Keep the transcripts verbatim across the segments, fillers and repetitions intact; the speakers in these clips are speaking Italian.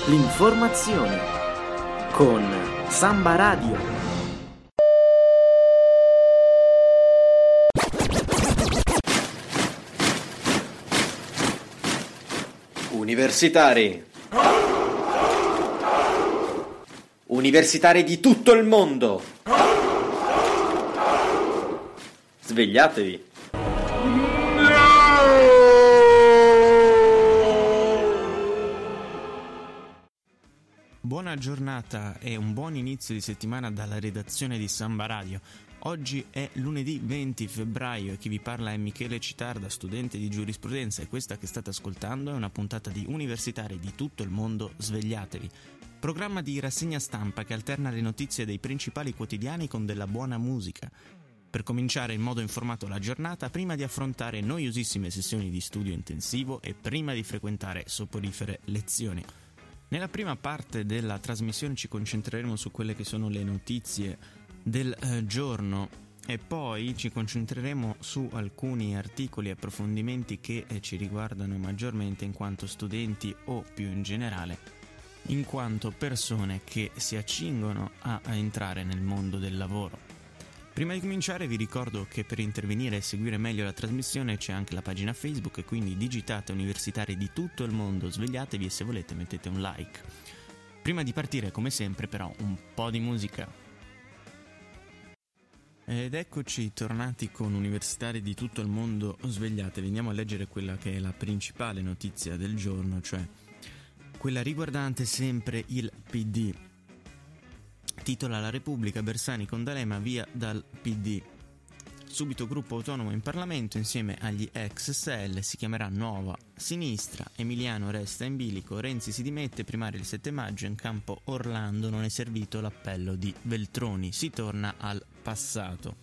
l'informazione con Samba Radio. Universitari. Universitari di tutto il mondo. Svegliatevi. Buona giornata e un buon inizio di settimana dalla redazione di Samba Radio. Oggi è lunedì venti febbraio e chi vi parla è Michele Citarda, studente di giurisprudenza, e questa che state ascoltando è una puntata di Universitari di tutto il mondo. Svegliatevi. Programma di rassegna stampa che alterna le notizie dei principali quotidiani con della buona musica. Per cominciare in modo informato la giornata, prima di affrontare noiosissime sessioni di studio intensivo e prima di frequentare soporifere lezioni. Nella prima parte della trasmissione ci concentreremo su quelle che sono le notizie del eh, giorno e poi ci concentreremo su alcuni articoli e approfondimenti che eh, ci riguardano maggiormente in quanto studenti o più in generale in quanto persone che si accingono a, a entrare nel mondo del lavoro. Prima di cominciare vi ricordo che per intervenire e seguire meglio la trasmissione c'è anche la pagina Facebook e quindi digitate Universitari di tutto il mondo, svegliatevi e se volete mettete un like. Prima di partire come sempre però un po' di musica. Ed eccoci tornati con Universitari di tutto il mondo, svegliatevi. Andiamo a leggere quella che è la principale notizia del giorno, cioè quella riguardante sempre il P D. Titola La Repubblica, Bersani con D'Alema via dal P D. Subito gruppo autonomo in Parlamento insieme agli ex S L, si chiamerà Nuova Sinistra, Emiliano resta in bilico, Renzi si dimette, primaria il sette maggio, in campo Orlando non è servito l'appello di Veltroni, si torna al passato.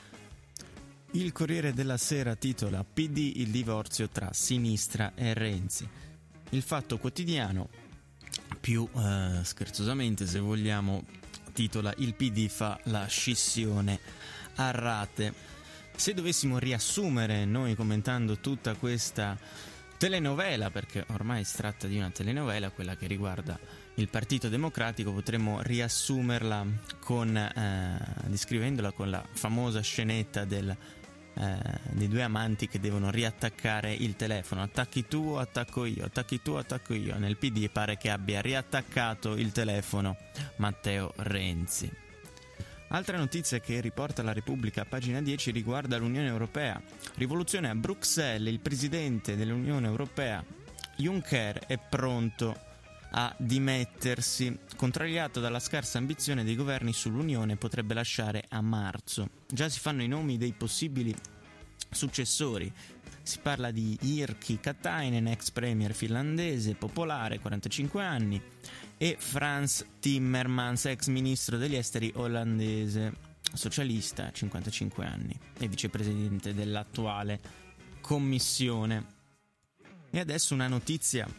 Il Corriere della Sera titola P D il divorzio tra Sinistra e Renzi. Il Fatto Quotidiano, più eh, scherzosamente se vogliamo, titola Il P D fa la scissione a rate. Se dovessimo riassumere noi commentando tutta questa telenovela, perché ormai si tratta di una telenovela, quella che riguarda il Partito Democratico, potremmo riassumerla con eh, descrivendola con la famosa scenetta del eh, dei due amanti che devono riattaccare il telefono. Attacchi tu, attacco io, attacchi tu, attacco io. Nel P D pare che abbia riattaccato il telefono Matteo Renzi. Altra notizia che riporta la Repubblica a pagina dieci riguarda l'Unione Europea. Rivoluzione a Bruxelles, il presidente dell'Unione Europea Juncker è pronto a dimettersi, contrariato dalla scarsa ambizione dei governi sull'Unione, potrebbe lasciare a marzo. Già si fanno i nomi dei possibili successori. Si parla di Jyrki Katainen, ex premier finlandese, popolare, quarantacinque anni, e Frans Timmermans, ex ministro degli esteri olandese, socialista, cinquantacinque anni, e vicepresidente dell'attuale commissione. E adesso una notizia,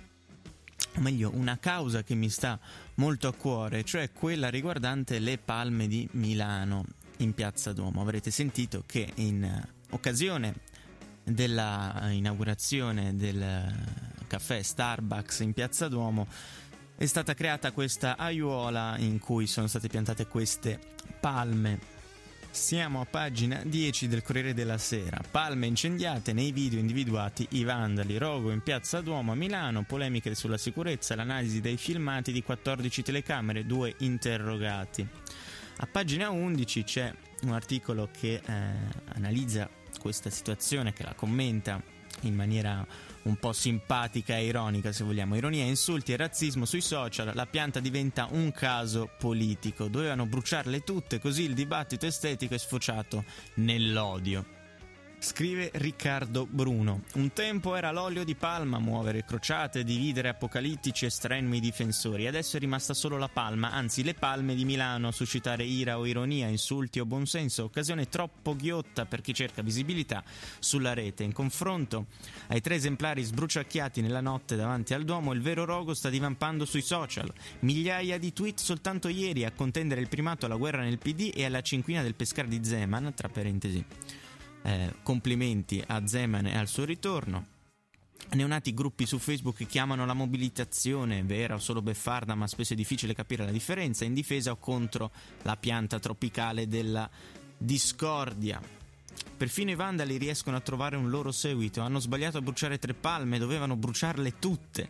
o meglio una causa che mi sta molto a cuore, cioè quella riguardante le palme di Milano in Piazza Duomo. Avrete sentito che in occasione della inaugurazione del caffè Starbucks in Piazza Duomo è stata creata questa aiuola in cui sono state piantate queste palme. Siamo a pagina dieci del Corriere della Sera. Palme incendiate, nei video individuati i vandali. Rogo in Piazza Duomo a Milano, polemiche sulla sicurezza, l'analisi dei filmati di quattordici telecamere, due interrogati. A pagina undici c'è un articolo che eh, analizza questa situazione, che la commenta in maniera un po' simpatica e ironica, se vogliamo. Ironia, insulti e razzismo sui social, la pianta diventa un caso politico. Dovevano bruciarle tutte, così il dibattito estetico è sfociato nell'odio. Scrive Riccardo Bruno. Un tempo era l'olio di palma a muovere crociate, dividere apocalittici e strenui difensori. Adesso è rimasta solo la palma, anzi le palme di Milano, a suscitare ira o ironia, insulti o buonsenso. Occasione troppo ghiotta per chi cerca visibilità sulla rete. In confronto ai tre esemplari sbruciacchiati nella notte davanti al Duomo, il vero rogo sta divampando sui social. Migliaia di tweet soltanto ieri a contendere il primato alla guerra nel P D e alla cinquina del pescar di Zeman, tra parentesi. Eh, complimenti a Zeman e al suo ritorno. Neonati gruppi su Facebook chiamano la mobilitazione, vera o solo beffarda, ma spesso è difficile capire la differenza, in difesa o contro la pianta tropicale della discordia. Perfino i vandali riescono a trovare un loro seguito. Hanno sbagliato a bruciare tre palme, dovevano bruciarle tutte.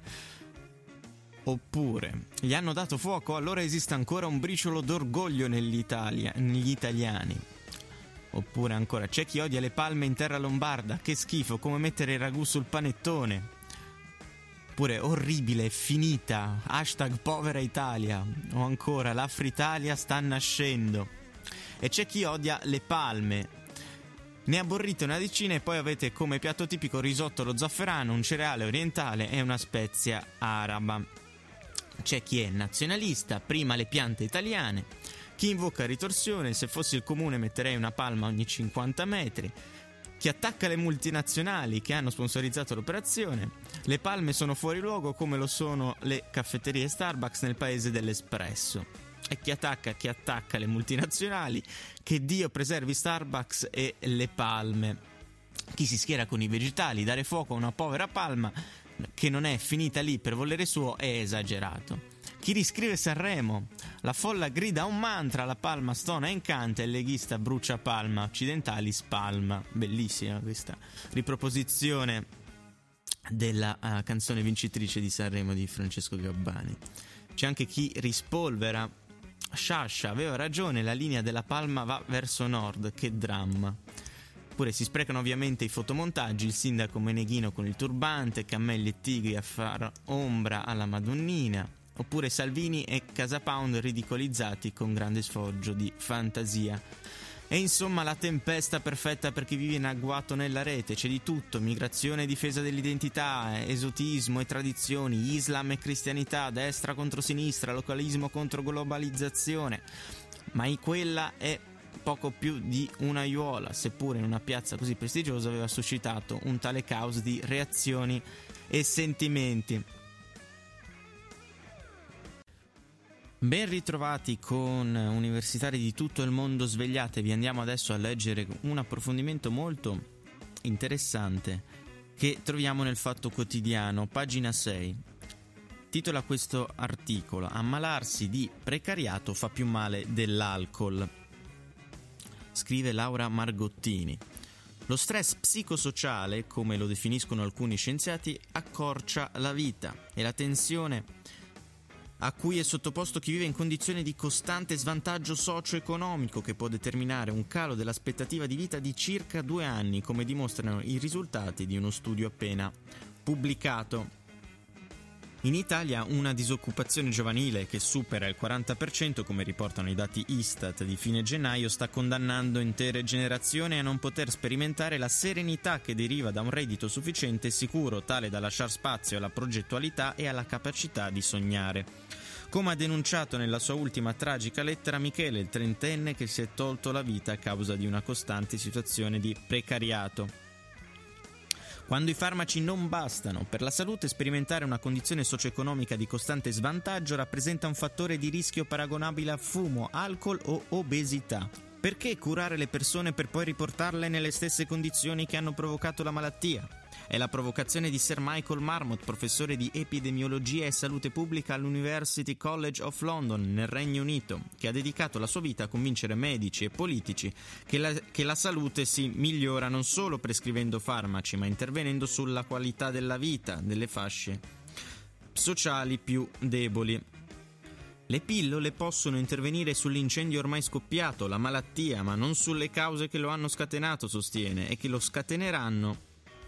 Oppure gli hanno dato fuoco, allora esiste ancora un briciolo d'orgoglio nell'Italia, negli italiani. Oppure ancora, c'è chi odia le palme in terra lombarda, che schifo, come mettere il ragù sul panettone. Oppure orribile, finita, hashtag povera Italia. O ancora, l'Afritalia sta nascendo. E c'è chi odia le palme. Ne abborrite una decina e poi avete come piatto tipico risotto allo zafferano, un cereale orientale e una spezia araba. C'è chi è nazionalista, prima le piante italiane. Chi invoca ritorsione, se fossi il comune metterei una palma ogni cinquanta metri. Chi attacca le multinazionali che hanno sponsorizzato l'operazione. Le palme sono fuori luogo come lo sono le caffetterie Starbucks nel paese dell'espresso. E chi attacca, chi attacca le multinazionali, che Dio preservi Starbucks e le palme. Chi si schiera con i vegetali, dare fuoco a una povera palma che non è finita lì per volere suo è esagerato. Chi riscrive Sanremo, la folla grida un mantra, la palma stona e incanta, il leghista brucia palma, occidentali spalma. Bellissima questa riproposizione della uh, canzone vincitrice di Sanremo di Francesco Gabbani. C'è anche chi rispolvera, Sciascia aveva ragione, la linea della palma va verso nord, che dramma. Oppure si sprecano ovviamente i fotomontaggi, il sindaco Meneghino con il turbante, cammelli e tigri a far ombra alla Madonnina. Oppure Salvini e Casa Pound ridicolizzati con grande sfoggio di fantasia. E insomma la tempesta perfetta per chi vive in agguato nella rete. C'è di tutto: migrazione e difesa dell'identità, esotismo e tradizioni, Islam e cristianità, destra contro sinistra, localismo contro globalizzazione. Ma quella è poco più di un'aiuola, seppure in una piazza così prestigiosa aveva suscitato un tale caos di reazioni e sentimenti. Ben ritrovati con universitari di tutto il mondo, svegliatevi. Andiamo adesso a leggere un approfondimento molto interessante che troviamo nel Fatto Quotidiano, pagina sei. Titola questo articolo: ammalarsi di precariato fa più male dell'alcol. Scrive Laura Margottini. Lo stress psicosociale, come lo definiscono alcuni scienziati, accorcia la vita, e la tensione a cui è sottoposto chi vive in condizioni di costante svantaggio socio-economico, che può determinare un calo dell'aspettativa di vita di circa due anni, come dimostrano i risultati di uno studio appena pubblicato. In Italia una disoccupazione giovanile che supera il quaranta per cento, come riportano i dati Istat di fine gennaio, sta condannando intere generazioni a non poter sperimentare la serenità che deriva da un reddito sufficiente e sicuro, tale da lasciar spazio alla progettualità e alla capacità di sognare. Come ha denunciato nella sua ultima tragica lettera Michele, il trentenne che si è tolto la vita a causa di una costante situazione di precariato. Quando i farmaci non bastano per la salute, sperimentare una condizione socio-economica di costante svantaggio rappresenta un fattore di rischio paragonabile a fumo, alcol o obesità. Perché curare le persone per poi riportarle nelle stesse condizioni che hanno provocato la malattia? È la provocazione di Sir Michael Marmot, professore di epidemiologia e salute pubblica all'University College of London nel Regno Unito, che ha dedicato la sua vita a convincere medici e politici che la, che la salute si migliora non solo prescrivendo farmaci, ma intervenendo sulla qualità della vita delle fasce sociali più deboli. Le pillole possono intervenire sull'incendio ormai scoppiato, la malattia, ma non sulle cause che lo hanno scatenato, sostiene, e che lo scateneranno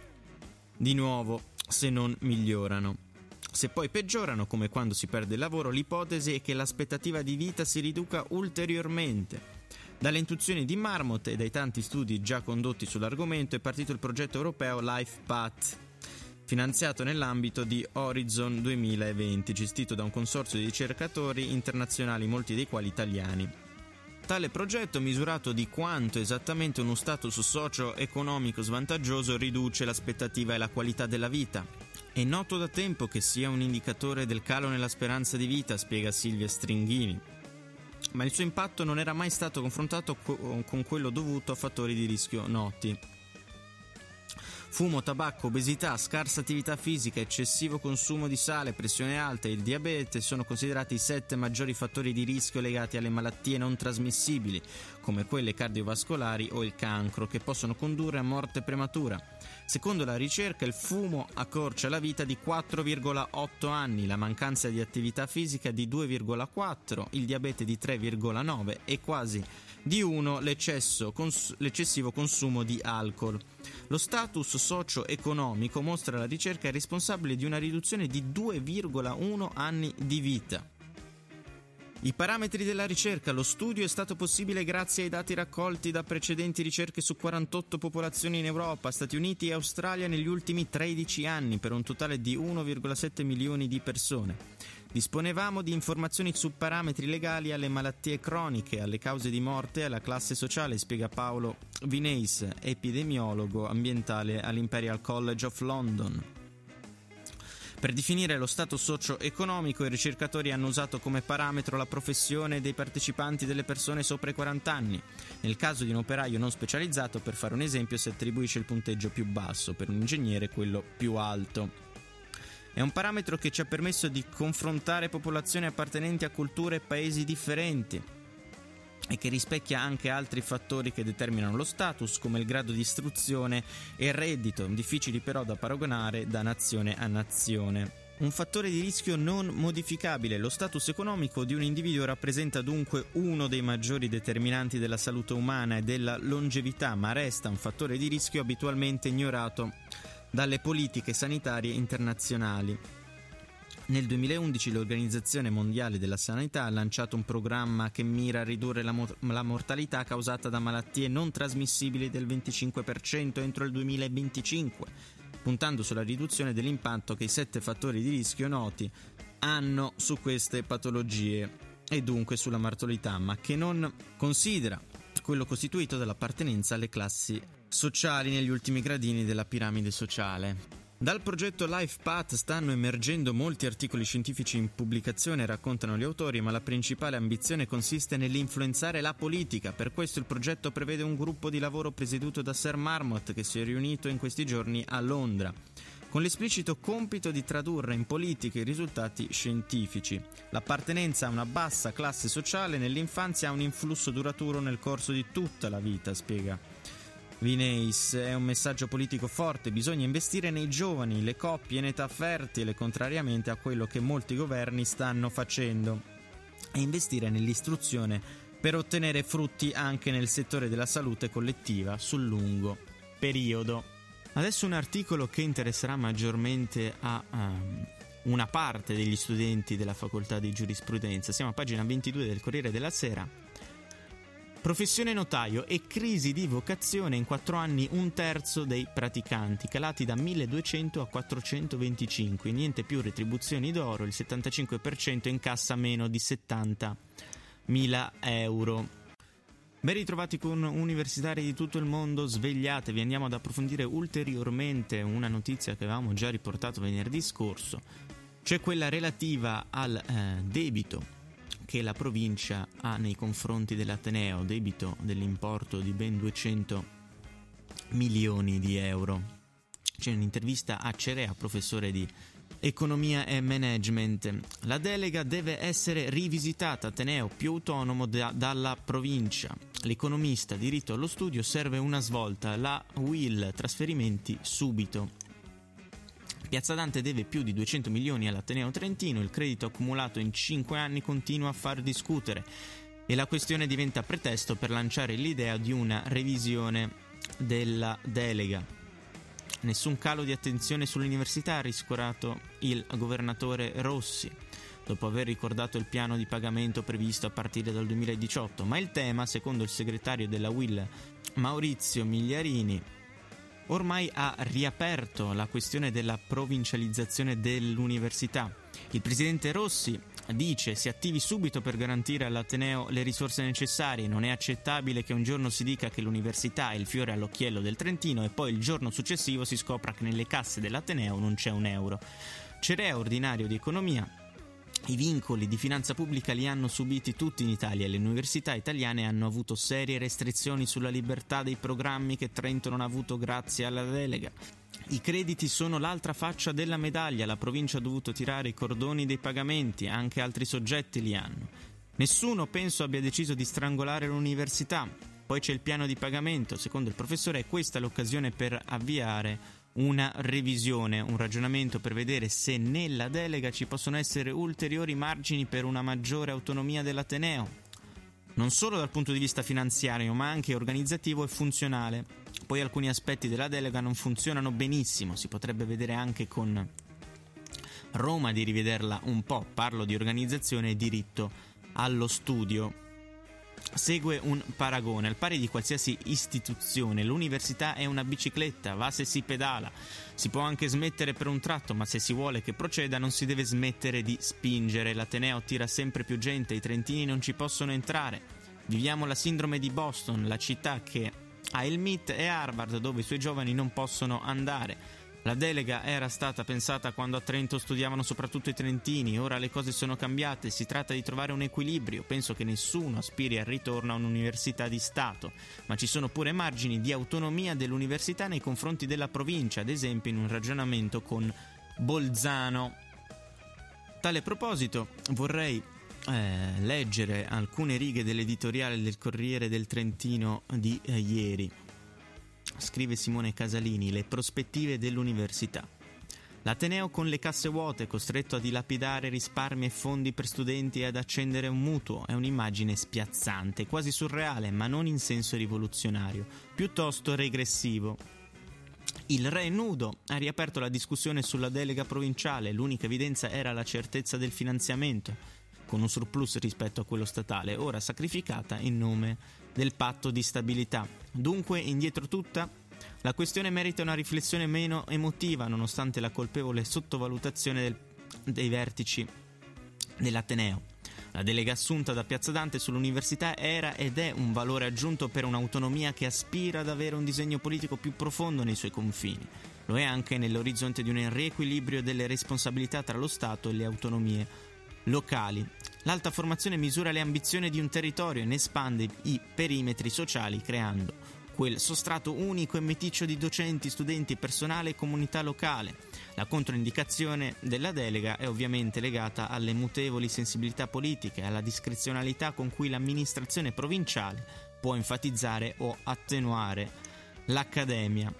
di nuovo se non migliorano. Se poi peggiorano, come quando si perde il lavoro, l'ipotesi è che l'aspettativa di vita si riduca ulteriormente. Dalle intuizioni di Marmot e dai tanti studi già condotti sull'argomento è partito il progetto europeo LifePath, finanziato nell'ambito di Horizon duemilaventi, gestito da un consorzio di ricercatori internazionali, molti dei quali italiani. Tale progetto, misurato di quanto esattamente uno status socio-economico svantaggioso riduce l'aspettativa e la qualità della vita. È noto da tempo che sia un indicatore del calo nella speranza di vita, spiega Silvia Stringhini, ma il suo impatto non era mai stato confrontato co- con quello dovuto a fattori di rischio noti. Fumo, tabacco, obesità, scarsa attività fisica, eccessivo consumo di sale, pressione alta e il diabete sono considerati i sette maggiori fattori di rischio legati alle malattie non trasmissibili, come quelle cardiovascolari o il cancro, che possono condurre a morte prematura. Secondo la ricerca, il fumo accorcia la vita di quattro virgola otto anni, la mancanza di attività fisica di due virgola quattro, il diabete di tre virgola nove e quasi di uno l'eccesso, cons- l'eccessivo consumo di alcol. Lo status socio-economico, mostra la ricerca, è responsabile di una riduzione di due virgola uno anni di vita. I parametri della ricerca. Lo studio è stato possibile grazie ai dati raccolti da precedenti ricerche su quarantotto popolazioni in Europa, Stati Uniti e Australia negli ultimi tredici anni, per un totale di uno virgola sette milioni di persone. Disponevamo di informazioni su parametri legali alle malattie croniche, alle cause di morte e alla classe sociale, spiega Paolo Vineis, epidemiologo ambientale all'Imperial College of London. Per definire lo stato socio-economico, i ricercatori hanno usato come parametro la professione dei partecipanti delle persone sopra i quaranta anni. Nel caso di un operaio non specializzato, per fare un esempio, si attribuisce il punteggio più basso, per un ingegnere quello più alto. È un parametro che ci ha permesso di confrontare popolazioni appartenenti a culture e paesi differenti e che rispecchia anche altri fattori che determinano lo status, come il grado di istruzione e il reddito, difficili però da paragonare da nazione a nazione. Un fattore di rischio non modificabile. Lo status economico di un individuo rappresenta dunque uno dei maggiori determinanti della salute umana e della longevità, ma resta un fattore di rischio abitualmente ignorato dalle politiche sanitarie internazionali. Nel duemilaundici l'Organizzazione Mondiale della Sanità ha lanciato un programma che mira a ridurre la, mo- la mortalità causata da malattie non trasmissibili del venticinque per cento entro il duemilaventicinque, puntando sulla riduzione dell'impatto che i sette fattori di rischio noti hanno su queste patologie e dunque sulla mortalità, ma che non considera quello costituito dall'appartenenza alle classi sociali negli ultimi gradini della piramide sociale. Dal progetto LifePath stanno emergendo molti articoli scientifici in pubblicazione, raccontano gli autori, ma la principale ambizione consiste nell'influenzare la politica. Per questo il progetto prevede un gruppo di lavoro presieduto da Sir Marmot, che si è riunito in questi giorni a Londra, con l'esplicito compito di tradurre in politica i risultati scientifici. L'appartenenza a una bassa classe sociale nell'infanzia ha un influsso duraturo nel corso di tutta la vita, spiega Vineis. È un messaggio politico forte, bisogna investire nei giovani, le coppie in età fertile, contrariamente a quello che molti governi stanno facendo, e investire nell'istruzione per ottenere frutti anche nel settore della salute collettiva sul lungo periodo. Adesso un articolo che interesserà maggiormente a um, una parte degli studenti della facoltà di giurisprudenza. Siamo a pagina ventidue del Corriere della Sera. Professione notaio e crisi di vocazione, in quattro anni un terzo dei praticanti, calati da milleduecento a quattrocentoventicinque, niente più retribuzioni d'oro, il settantacinque per cento incassa meno di settantamila euro. Ben ritrovati con universitari di tutto il mondo, svegliatevi, andiamo ad approfondire ulteriormente una notizia che avevamo già riportato venerdì scorso, cioè quella relativa al eh, debito che la provincia ha nei confronti dell'Ateneo, debito dell'importo di ben duecento milioni di euro. C'è un'intervista a Cerea, professore di economia e management. La delega deve essere rivisitata, Ateneo più autonomo da, dalla provincia. L'economista, diritto allo studio, serve una svolta, la U I L, trasferimenti subito. Piazza Dante deve più di duecento milioni all'Ateneo Trentino, il credito accumulato in cinque anni continua a far discutere e la questione diventa pretesto per lanciare l'idea di una revisione della delega. Nessun calo di attenzione sull'università, ha riscorato il governatore Rossi, dopo aver ricordato il piano di pagamento previsto a partire dal duemiladiciotto, ma il tema, secondo il segretario della U I L Maurizio Migliarini, ormai ha riaperto la questione della provincializzazione dell'università. Il presidente Rossi dice: si attivi subito per garantire all'Ateneo le risorse necessarie, non è accettabile che un giorno si dica che l'università è il fiore all'occhiello del Trentino e poi il giorno successivo si scopra che nelle casse dell'Ateneo non c'è un euro. Cerea, ordinario di economia: i vincoli di finanza pubblica li hanno subiti tutti in Italia e le università italiane hanno avuto serie restrizioni sulla libertà dei programmi che Trento non ha avuto grazie alla delega. I crediti sono l'altra faccia della medaglia, la provincia ha dovuto tirare i cordoni dei pagamenti, anche altri soggetti li hanno. Nessuno, penso, abbia deciso di strangolare l'università. Poi c'è il piano di pagamento, secondo il professore è questa l'occasione per avviare una revisione, un ragionamento per vedere se nella delega ci possono essere ulteriori margini per una maggiore autonomia dell'Ateneo, non solo dal punto di vista finanziario ma anche organizzativo e funzionale. Poi alcuni aspetti della delega non funzionano benissimo, si potrebbe vedere anche con Roma di rivederla un po', parlo di organizzazione e diritto allo studio. Segue un paragone, al pari di qualsiasi istituzione, l'università è una bicicletta, va se si pedala, si può anche smettere per un tratto, ma se si vuole che proceda non si deve smettere di spingere, l'Ateneo tira sempre più gente, i trentini non ci possono entrare, viviamo la sindrome di Boston, la città che ha il M I T e Harvard dove i suoi giovani non possono andare. La delega era stata pensata quando a Trento studiavano soprattutto i trentini, ora le cose sono cambiate, si tratta di trovare un equilibrio, penso che nessuno aspiri al ritorno a un'università di Stato, ma ci sono pure margini di autonomia dell'università nei confronti della provincia, ad esempio in un ragionamento con Bolzano. A tale proposito vorrei eh, leggere alcune righe dell'editoriale del Corriere del Trentino di eh, ieri. Scrive Simone Casalini, le prospettive dell'università. L'Ateneo con le casse vuote, costretto a dilapidare risparmi e fondi per studenti e ad accendere un mutuo, è un'immagine spiazzante, quasi surreale, ma non in senso rivoluzionario, piuttosto regressivo. Il re nudo ha riaperto la discussione sulla delega provinciale, l'unica evidenza era la certezza del finanziamento, con un surplus rispetto a quello statale, ora sacrificata in nome del patto di stabilità. Dunque, indietro tutta, la questione merita una riflessione meno emotiva, nonostante la colpevole sottovalutazione del, dei vertici dell'Ateneo. La delega assunta da Piazza Dante sull'università era ed è un valore aggiunto per un'autonomia che aspira ad avere un disegno politico più profondo nei suoi confini. Lo è anche nell'orizzonte di un riequilibrio delle responsabilità tra lo Stato e le autonomie locali. L'alta formazione misura le ambizioni di un territorio e ne espande i perimetri sociali creando quel sostrato unico e meticcio di docenti, studenti, personale e comunità locale. La controindicazione della delega è ovviamente legata alle mutevoli sensibilità politiche e alla discrezionalità con cui l'amministrazione provinciale può enfatizzare o attenuare l'accademia.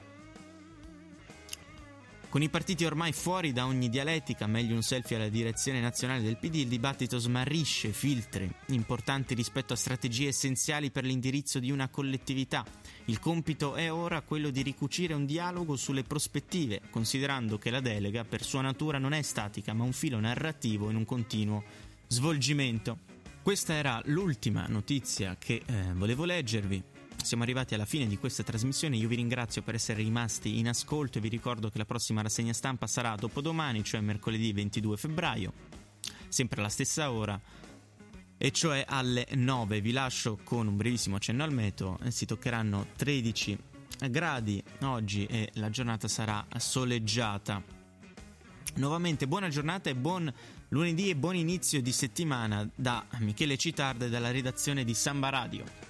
Con i partiti ormai fuori da ogni dialettica, meglio un selfie alla direzione nazionale del P D, il dibattito smarrisce filtri importanti rispetto a strategie essenziali per l'indirizzo di una collettività. Il compito è ora quello di ricucire un dialogo sulle prospettive, considerando che la delega per sua natura non è statica, ma un filo narrativo in un continuo svolgimento. Questa era l'ultima notizia che eh, volevo leggervi. Siamo arrivati alla fine di questa trasmissione, io vi ringrazio per essere rimasti in ascolto e vi ricordo che la prossima rassegna stampa sarà dopodomani, cioè mercoledì ventidue febbraio, sempre alla stessa ora, e cioè alle nove. Vi lascio con un brevissimo accenno al meteo, si toccheranno tredici gradi oggi e la giornata sarà soleggiata. Nuovamente buona giornata e buon lunedì e buon inizio di settimana da Michele Citarda e dalla redazione di Samba Radio.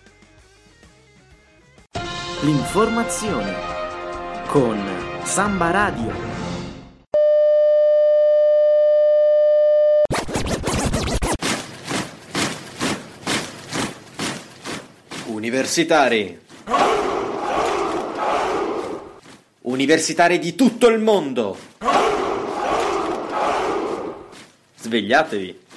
L'informazione con Samba Radio. Universitari. Universitari di tutto il mondo. Svegliatevi.